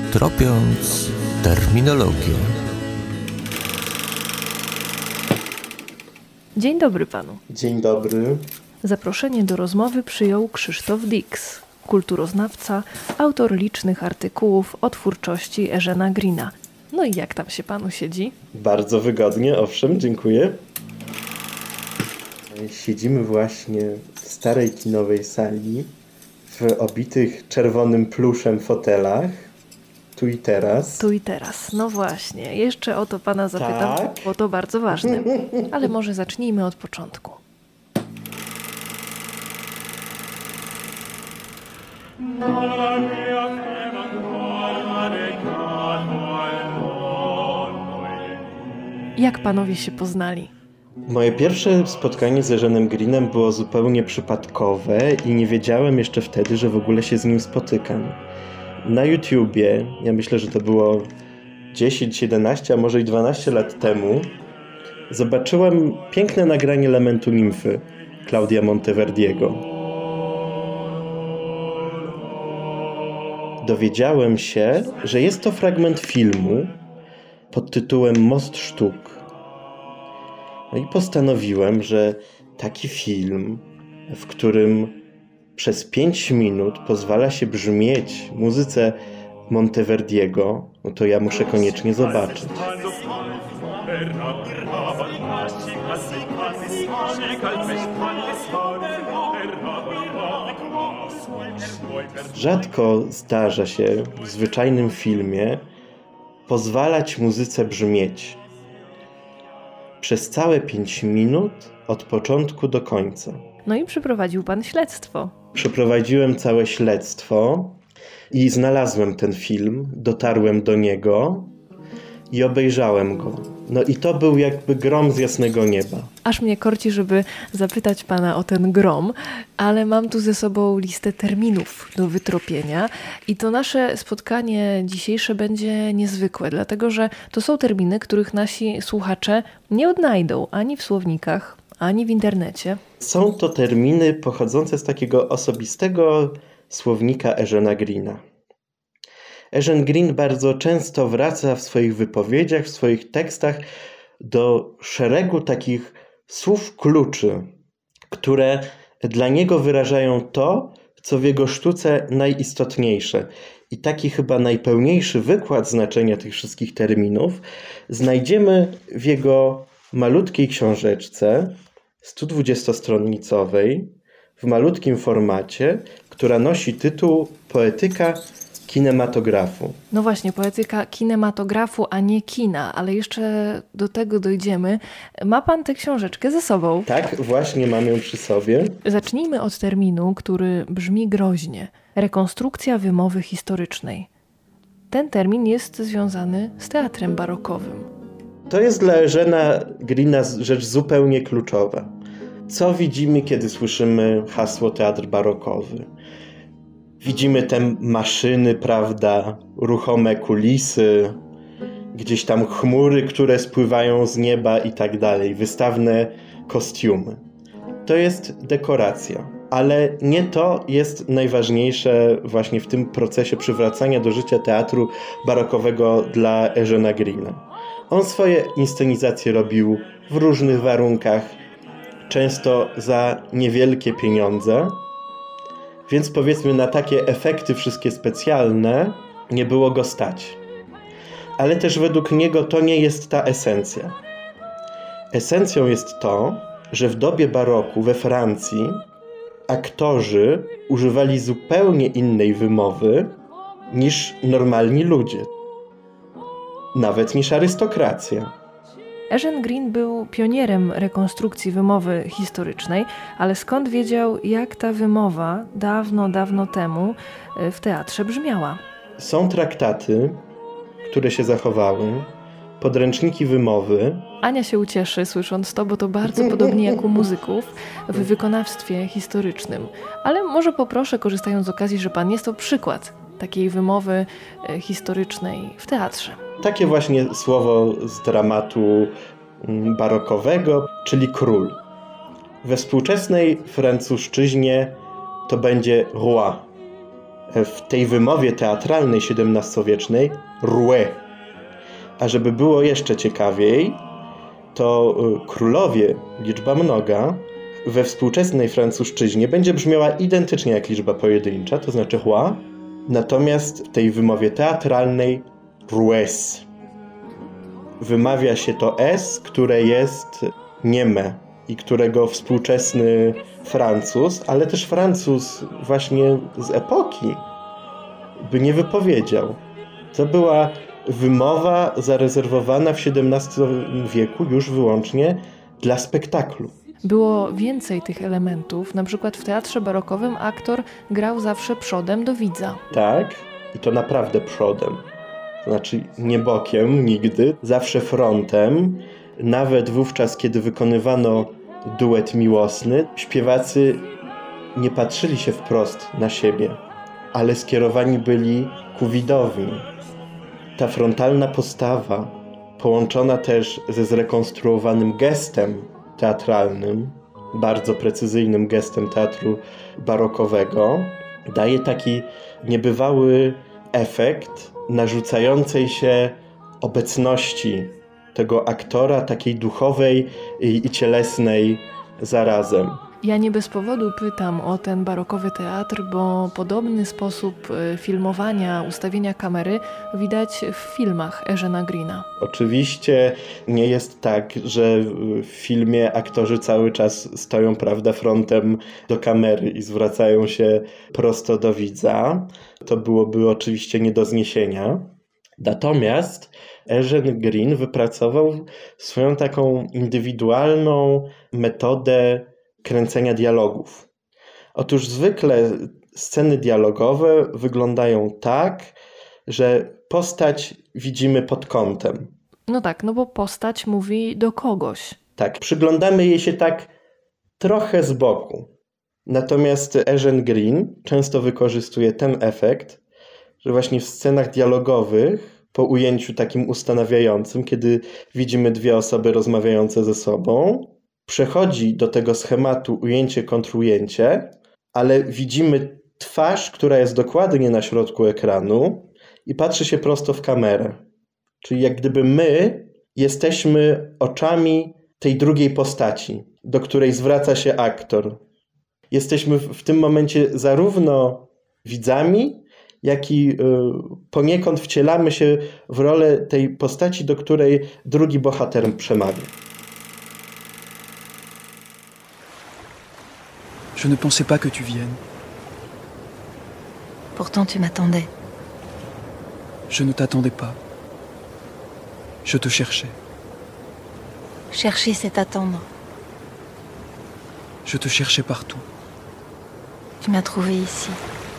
Tropiąc terminologię. Dzień dobry panu. Dzień dobry. Zaproszenie do rozmowy przyjął Krzysztof Dix, kulturoznawca, autor licznych artykułów o twórczości Eugena Greena. No i jak tam się panu siedzi? Bardzo wygodnie, owszem, dziękuję. Siedzimy właśnie w starej kinowej sali, w obitych czerwonym pluszem fotelach, tu i teraz. Tu i teraz, no właśnie. Jeszcze o to pana zapytam, Tak? bo to bardzo ważne. Ale może zacznijmy od początku. Jak panowie się poznali? Moje pierwsze spotkanie z Eugenem Greenem było zupełnie przypadkowe i nie wiedziałem jeszcze wtedy, że w ogóle się z nim spotykam. Na YouTubie, ja myślę, że to było 10, 11, a może i 12 lat temu, zobaczyłem piękne nagranie Lamentu Nimfy Claudia Monteverdiego. Dowiedziałem się, że jest to fragment filmu pod tytułem Most Sztuk. No i postanowiłem, że taki film, w którym przez 5 minut pozwala się brzmieć muzyce Monteverdiego, no to ja muszę koniecznie zobaczyć. Rzadko zdarza się w zwyczajnym filmie pozwalać muzyce brzmieć przez całe 5 minut od początku do końca. No i przeprowadził pan śledztwo. Przeprowadziłem całe śledztwo i znalazłem ten film, dotarłem do niego i obejrzałem go. No i to był jakby grom z jasnego nieba. Aż mnie korci, żeby zapytać pana o ten grom, ale mam tu ze sobą listę terminów do wytropienia i to nasze spotkanie dzisiejsze będzie niezwykłe, dlatego że to są terminy, których nasi słuchacze nie odnajdą ani w słownikach, ani w internecie. Są to terminy pochodzące z takiego osobistego słownika Eugena Greena. Eugen Green bardzo często wraca w swoich wypowiedziach, w swoich tekstach do szeregu takich słów kluczy, które dla niego wyrażają to, co w jego sztuce najistotniejsze. I taki chyba najpełniejszy wykład znaczenia tych wszystkich terminów znajdziemy w jego malutkiej książeczce 120-stronicowej, w malutkim formacie, która nosi tytuł Poetyka kinematografu. No właśnie, poetyka kinematografu, a nie kina, ale jeszcze do tego dojdziemy. Ma pan tę książeczkę ze sobą? Tak, właśnie mam ją przy sobie. Zacznijmy od terminu, który brzmi groźnie. Rekonstrukcja wymowy historycznej. Ten termin jest związany z teatrem barokowym. To jest dla Eugena Greena rzecz zupełnie kluczowa. Co widzimy, kiedy słyszymy hasło teatr barokowy? Widzimy te maszyny, prawda, ruchome kulisy, gdzieś tam chmury, które spływają z nieba i tak dalej, wystawne kostiumy. To jest dekoracja, ale nie to jest najważniejsze właśnie w tym procesie przywracania do życia teatru barokowego dla Eugena Greena. On swoje inscenizacje robił w różnych warunkach, często za niewielkie pieniądze, więc powiedzmy na takie efekty wszystkie specjalne nie było go stać. Ale też według niego to nie jest ta esencja. Esencją jest to, że w dobie baroku we Francji aktorzy używali zupełnie innej wymowy niż normalni ludzie. Nawet niż arystokracja. Eugen Green był pionierem rekonstrukcji wymowy historycznej, ale skąd wiedział, jak ta wymowa dawno, dawno temu w teatrze brzmiała? Są traktaty, które się zachowały, podręczniki wymowy. Ania się ucieszy, słysząc to, bo to bardzo podobnie jak u muzyków w wykonawstwie historycznym. Ale może poproszę, korzystając z okazji, że pan jest to przykład takiej wymowy historycznej w teatrze. Takie właśnie słowo z dramatu barokowego, czyli król. We współczesnej francuszczyźnie to będzie roi. w tej wymowie teatralnej XVII-wiecznej roi. A żeby było jeszcze ciekawiej, to królowie, liczba mnoga, we współczesnej francuszczyźnie będzie brzmiała identycznie jak liczba pojedyncza, to znaczy roi, natomiast w tej wymowie teatralnej roues. Wymawia się to S, które jest nieme i którego współczesny Francuz, ale też Francuz właśnie z epoki, by nie wypowiedział. To była wymowa zarezerwowana w XVII wieku już wyłącznie dla spektaklu. Było więcej tych elementów. Na przykład w teatrze barokowym aktor grał zawsze przodem do widza. Tak, i to naprawdę przodem. To znaczy nie bokiem nigdy, zawsze frontem. Nawet wówczas, kiedy wykonywano duet miłosny, śpiewacy nie patrzyli się wprost na siebie, ale skierowani byli ku widowi. Ta frontalna postawa, połączona też ze zrekonstruowanym gestem teatralnym, bardzo precyzyjnym gestem teatru barokowego, daje taki niebywały efekt narzucającej się obecności tego aktora, takiej duchowej i cielesnej zarazem. Ja nie bez powodu pytam o ten barokowy teatr, bo podobny sposób filmowania, ustawienia kamery widać w filmach Eugène'a Greena. Oczywiście nie jest tak, że w filmie aktorzy cały czas stoją, prawda, frontem do kamery i zwracają się prosto do widza. To byłoby oczywiście nie do zniesienia. Natomiast Eugène Green wypracował swoją taką indywidualną metodę kręcenia dialogów. Otóż zwykle sceny dialogowe wyglądają tak, że postać widzimy pod kątem. No tak, no bo postać mówi do kogoś. Tak, przyglądamy jej się tak trochę z boku. Natomiast Eugène Green często wykorzystuje ten efekt, że właśnie w scenach dialogowych, po ujęciu takim ustanawiającym, kiedy widzimy dwie osoby rozmawiające ze sobą, przechodzi do tego schematu ujęcie, kontrujęcie, ale widzimy twarz, która jest dokładnie na środku ekranu i patrzy się prosto w kamerę. Czyli jak gdyby my jesteśmy oczami tej drugiej postaci, do której zwraca się aktor. Jesteśmy w tym momencie zarówno widzami, jak i poniekąd wcielamy się w rolę tej postaci, do której drugi bohater przemawia. Je ne pensais pas que tu viennes. Pourtant, tu m'attendais. Je ne t'attendais pas. Je te cherchais. Chercher, c'est attendre. Je te cherchais partout. Tu m'as trouvé ici.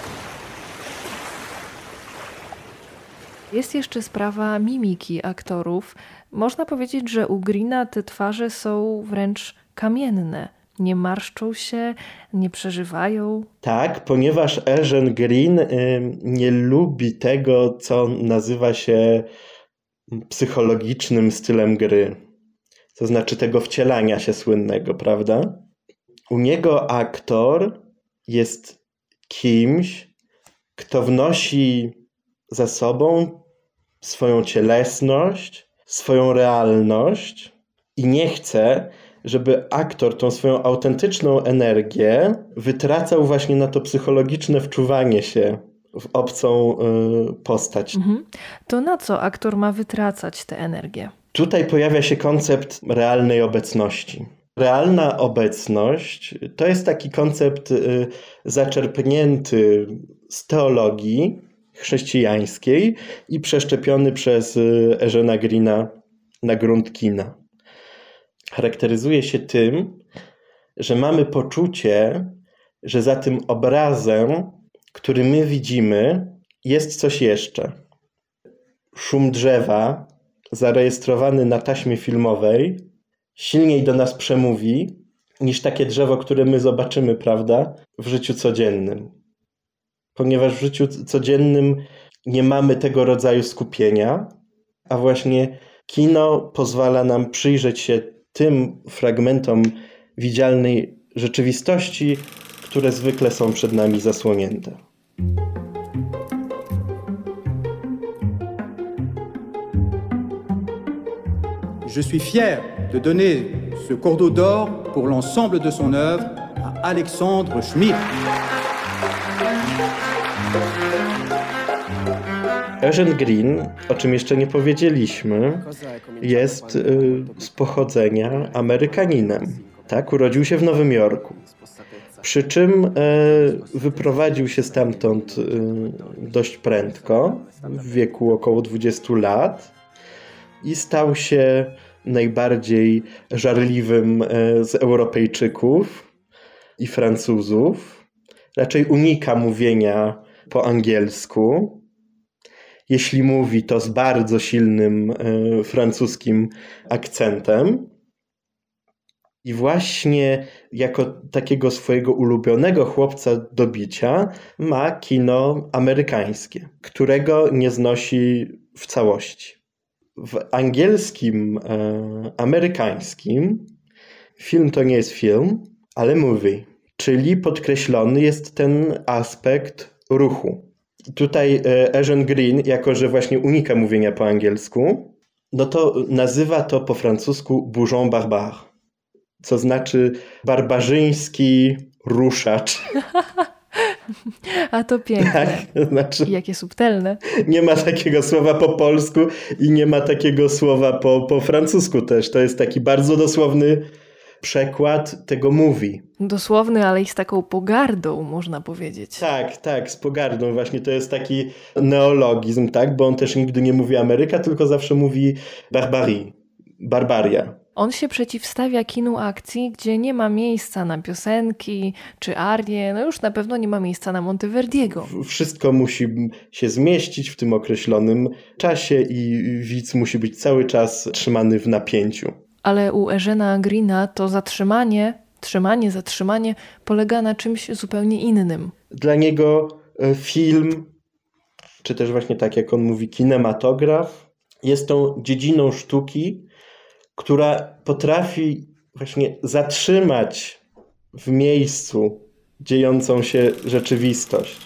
Jest jeszcze sprawa mimiki aktorów. Można powiedzieć, że u Greena te twarze są wręcz kamienne. Nie marszczą się, nie przeżywają. Tak, ponieważ Eugène Green nie lubi tego, co nazywa się psychologicznym stylem gry. To znaczy tego wcielania się słynnego, prawda? U niego aktor jest kimś, kto wnosi za sobą swoją cielesność, swoją realność i nie chce, żeby aktor tą swoją autentyczną energię wytracał właśnie na to psychologiczne wczuwanie się w obcą postać. To na co aktor ma wytracać tę energię? Tutaj pojawia się koncept realnej obecności. Realna obecność to jest taki koncept zaczerpnięty z teologii chrześcijańskiej i przeszczepiony przez Eugène'a Greena na grunt kina. Charakteryzuje się tym, że mamy poczucie, że za tym obrazem, który my widzimy, jest coś jeszcze. Szum drzewa zarejestrowany na taśmie filmowej silniej do nas przemówi niż takie drzewo, które my zobaczymy, prawda, w życiu codziennym. Ponieważ w życiu codziennym nie mamy tego rodzaju skupienia, a właśnie kino pozwala nam przyjrzeć się tym fragmentom widzialnej rzeczywistości, które zwykle są przed nami zasłonięte. Je suis fier de donner ce Cordeau d'Or pour l'ensemble de son œuvre à Alexandre Schmidt. Eugene Green, o czym jeszcze nie powiedzieliśmy, jest z pochodzenia Amerykaninem. Tak, urodził się w Nowym Jorku. Przy czym wyprowadził się stamtąd dość prędko, w wieku około 20 lat i stał się najbardziej żarliwym z Europejczyków i Francuzów. Raczej unika mówienia po angielsku. Jeśli mówi, to z bardzo silnym francuskim akcentem. I właśnie jako takiego swojego ulubionego chłopca do bicia ma kino amerykańskie, którego nie znosi w całości. W angielskim, amerykańskim film to nie jest film, ale movie, czyli podkreślony jest ten aspekt ruchu. I tutaj Eugene Green, jako że właśnie unika mówienia po angielsku, no to nazywa to po francusku bourgeon barbare, co znaczy barbarzyński ruszacz. A to piękne. Tak, znaczy, jakie subtelne. Nie ma takiego słowa po polsku i nie ma takiego słowa po francusku też. To jest taki bardzo dosłowny przekład tego mówi. Dosłowny, ale i z taką pogardą, można powiedzieć. Tak, z pogardą. Właśnie to jest taki neologizm, tak? Bo on też nigdy nie mówi Ameryka, tylko zawsze mówi barbaria. On się przeciwstawia kinu akcji, gdzie nie ma miejsca na piosenki czy arie, no już na pewno nie ma miejsca na Monteverdiego. Wszystko musi się zmieścić w tym określonym czasie i widz musi być cały czas trzymany w napięciu. Ale u Eugene'a Greena to zatrzymanie polega na czymś zupełnie innym. Dla niego film, czy też właśnie tak jak on mówi, kinematograf, jest tą dziedziną sztuki, która potrafi właśnie zatrzymać w miejscu dziejącą się rzeczywistość.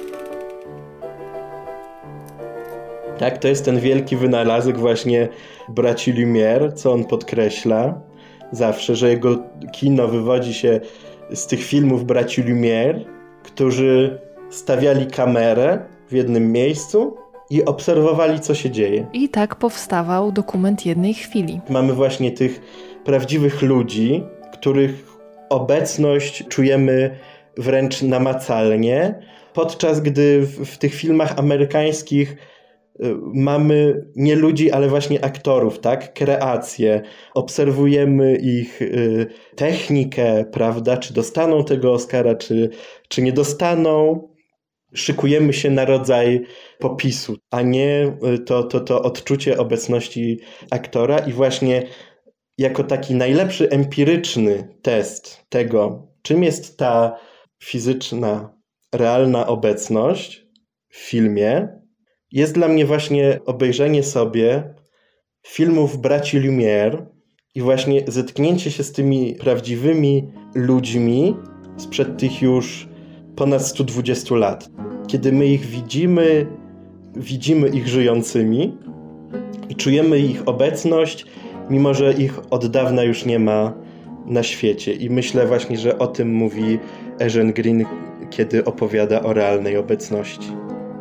Tak, to jest ten wielki wynalazek właśnie braci Lumière, co on podkreśla zawsze, że jego kino wywodzi się z tych filmów braci Lumière, którzy stawiali kamerę w jednym miejscu i obserwowali, co się dzieje. I tak powstawał dokument jednej chwili. Mamy właśnie tych prawdziwych ludzi, których obecność czujemy wręcz namacalnie, podczas gdy w tych filmach amerykańskich mamy nie ludzi, ale właśnie aktorów, tak? Kreacje. Obserwujemy ich technikę, prawda? Czy dostaną tego Oscara, czy nie dostaną. Szykujemy się na rodzaj popisu, a nie to odczucie obecności aktora. I właśnie jako taki najlepszy empiryczny test tego, czym jest ta fizyczna, realna obecność w filmie, jest dla mnie właśnie obejrzenie sobie filmów braci Lumière i właśnie zetknięcie się z tymi prawdziwymi ludźmi sprzed tych już ponad 120 lat. Kiedy my ich widzimy ich żyjącymi i czujemy ich obecność, mimo że ich od dawna już nie ma na świecie. I myślę właśnie, że o tym mówi Eugene Green, kiedy opowiada o realnej obecności.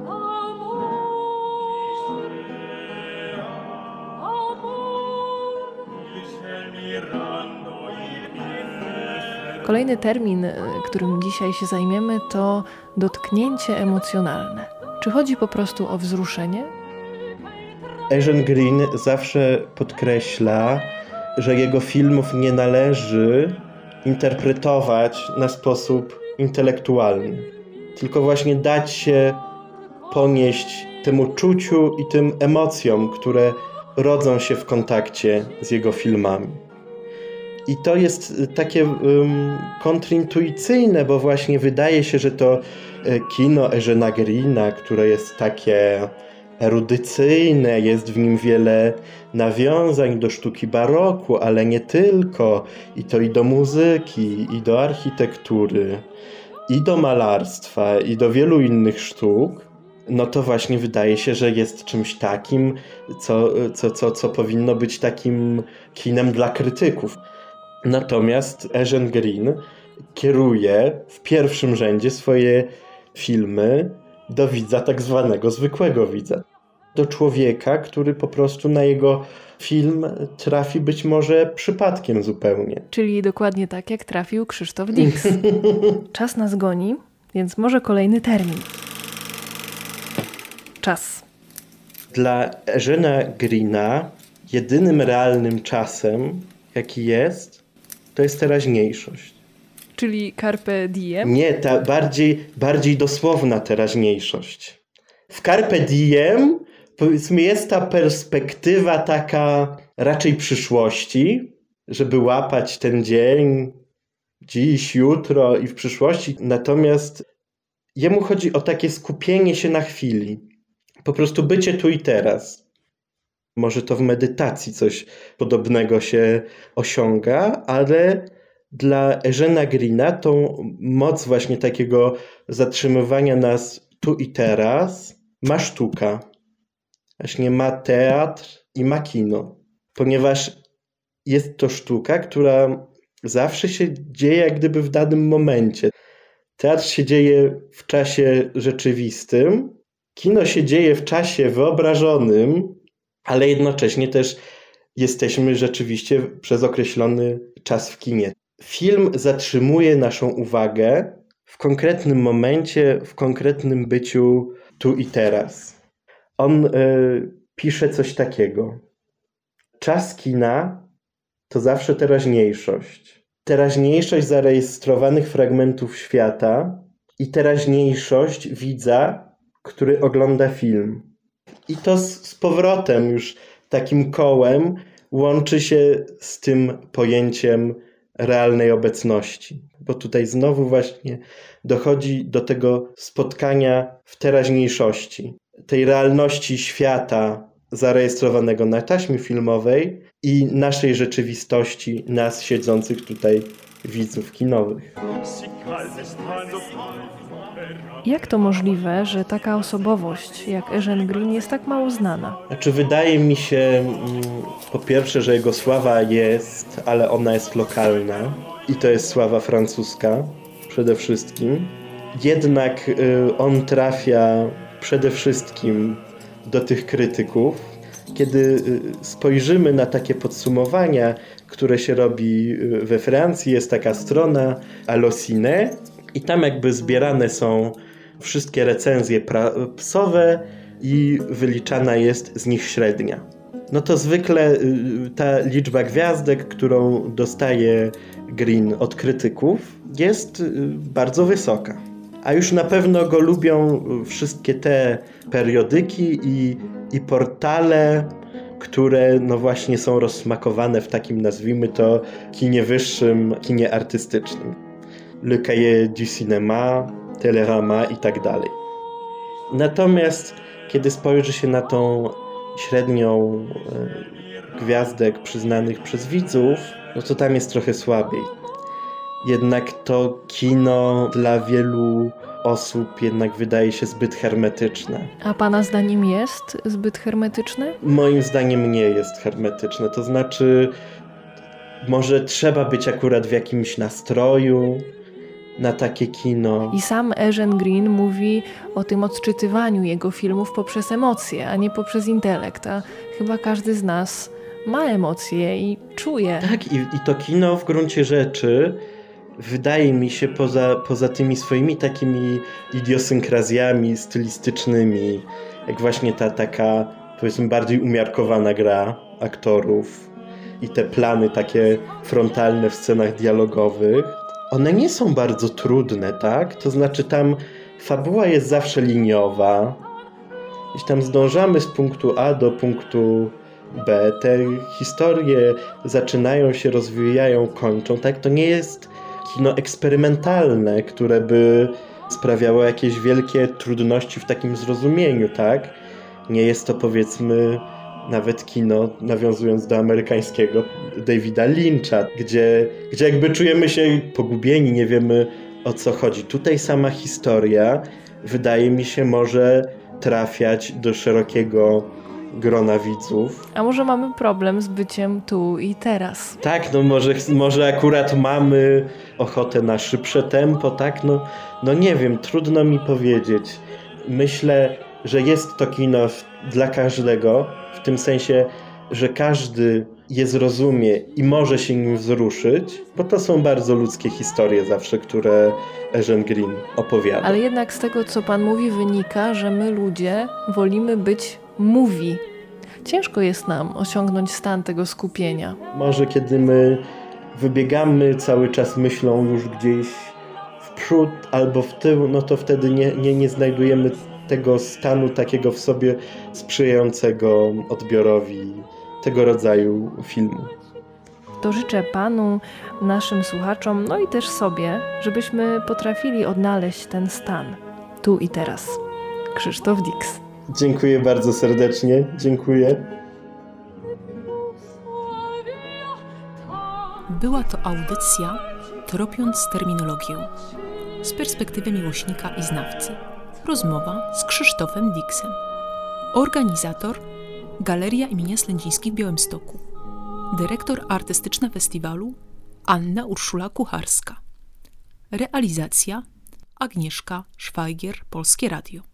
Kolejny termin, którym dzisiaj się zajmiemy, to dotknięcie emocjonalne. Czy chodzi po prostu o wzruszenie? Eugene Green zawsze podkreśla, że jego filmów nie należy interpretować na sposób intelektualny, tylko właśnie dać się ponieść temu czuciu i tym emocjom, które rodzą się w kontakcie z jego filmami. I to jest takie kontrintuicyjne, bo właśnie wydaje się, że to kino Eugene'a Greena, które jest takie erudycyjne, jest w nim wiele nawiązań do sztuki baroku, ale nie tylko. I to i do muzyki, i do architektury, i do malarstwa, i do wielu innych sztuk. no to właśnie wydaje się, że jest czymś takim, co powinno być takim kinem dla krytyków. Natomiast Eugene Green kieruje w pierwszym rzędzie swoje filmy do widza tak zwanego zwykłego widza. Do człowieka, który po prostu na jego film trafi być może przypadkiem zupełnie. Czyli dokładnie tak, jak trafił Krzysztof Dix. Czas nas goni, więc może kolejny termin. Czas. Dla Eugene'a Greena jedynym realnym czasem, jaki jest, to jest teraźniejszość. Czyli carpe diem? Nie, ta bardziej dosłowna teraźniejszość. W carpe diem, powiedzmy, jest ta perspektywa taka raczej przyszłości, żeby łapać ten dzień, dziś, jutro i w przyszłości. Natomiast jemu chodzi o takie skupienie się na chwili. Po prostu bycie tu i teraz. Może to w medytacji coś podobnego się osiąga, ale dla Eugene'a Greena tą moc właśnie takiego zatrzymywania nas tu i teraz ma sztuka. Właśnie ma teatr i ma kino. Ponieważ jest to sztuka, która zawsze się dzieje jak gdyby w danym momencie. Teatr się dzieje w czasie rzeczywistym, kino się dzieje w czasie wyobrażonym, ale jednocześnie też jesteśmy rzeczywiście przez określony czas w kinie. Film zatrzymuje naszą uwagę w konkretnym momencie, w konkretnym byciu tu i teraz. On pisze coś takiego. Czas kina to zawsze teraźniejszość. Teraźniejszość zarejestrowanych fragmentów świata i teraźniejszość widza, który ogląda film. I to z powrotem już takim kołem łączy się z tym pojęciem realnej obecności. Bo tutaj znowu właśnie dochodzi do tego spotkania w teraźniejszości. Tej realności świata zarejestrowanego na taśmie filmowej i naszej rzeczywistości, nas siedzących tutaj widzów kinowych. Jak to możliwe, że taka osobowość jak Eugene Green jest tak mało znana? Znaczy, wydaje mi się, po pierwsze, że jego sława jest, ale ona jest lokalna i to jest sława francuska przede wszystkim. Jednak on trafia przede wszystkim do tych krytyków. Kiedy spojrzymy na takie podsumowania, które się robi we Francji, jest taka strona Allociné i tam jakby zbierane są wszystkie recenzje psowe i wyliczana jest z nich średnia. No to zwykle ta liczba gwiazdek, którą dostaje Green od krytyków, jest bardzo wysoka. A już na pewno go lubią wszystkie te periodyki i portale, które no właśnie są rozsmakowane w takim, nazwijmy to, kinie wyższym, kinie artystycznym. Le Cahiers du Cinéma, Télérama i tak dalej. Natomiast kiedy spojrzy się na tą średnią gwiazdek przyznanych przez widzów, no to tam jest trochę słabiej. Jednak to kino dla wielu osób jednak wydaje się zbyt hermetyczne. A pana zdaniem jest zbyt hermetyczne? Moim zdaniem nie jest hermetyczne. To znaczy, może trzeba być akurat w jakimś nastroju na takie kino. I sam Eugene Green mówi o tym odczytywaniu jego filmów poprzez emocje, a nie poprzez intelekt. A chyba każdy z nas ma emocje i czuje. Tak, i to kino w gruncie rzeczy wydaje mi się poza tymi swoimi takimi idiosynkrazjami stylistycznymi, jak właśnie ta taka, powiedzmy, bardziej umiarkowana gra aktorów i te plany takie frontalne w scenach dialogowych, one nie są bardzo trudne, tak? To znaczy tam fabuła jest zawsze liniowa, gdzieś tam zdążamy z punktu A do punktu B, te historie zaczynają się, rozwijają, kończą, tak? To nie jest kino eksperymentalne, które by sprawiało jakieś wielkie trudności w takim zrozumieniu, tak? Nie jest to, powiedzmy, nawet kino, nawiązując do amerykańskiego, Davida Lyncha, gdzie jakby czujemy się pogubieni, nie wiemy, o co chodzi. Tutaj sama historia, wydaje mi się, może trafiać do szerokiego grona widzów. A może mamy problem z byciem tu i teraz? Tak, no może akurat mamy ochotę na szybsze tempo, tak? No nie wiem, trudno mi powiedzieć. Myślę, że jest to kino dla każdego, w tym sensie, że każdy je zrozumie i może się nim wzruszyć, bo to są bardzo ludzkie historie zawsze, które Eugene Green opowiada. Ale jednak z tego, co pan mówi, wynika, że my ludzie wolimy być mówi. Ciężko jest nam osiągnąć stan tego skupienia. Może kiedy my wybiegamy cały czas myślą już gdzieś w przód albo w tył, no to wtedy nie znajdujemy tego stanu takiego w sobie sprzyjającego odbiorowi tego rodzaju filmu. To życzę panu, naszym słuchaczom, no i też sobie, żebyśmy potrafili odnaleźć ten stan tu i teraz. Krzysztof Dix. Dziękuję bardzo serdecznie. Dziękuję. Była to audycja Tropiąc terminologię z perspektywy miłośnika i znawcy. Rozmowa z Krzysztofem Dixem. Organizator Galeria imienia Slędzińskich w Białymstoku. Dyrektor artystyczna festiwalu Anna Urszula Kucharska. Realizacja Agnieszka Szwajgier, Polskie Radio.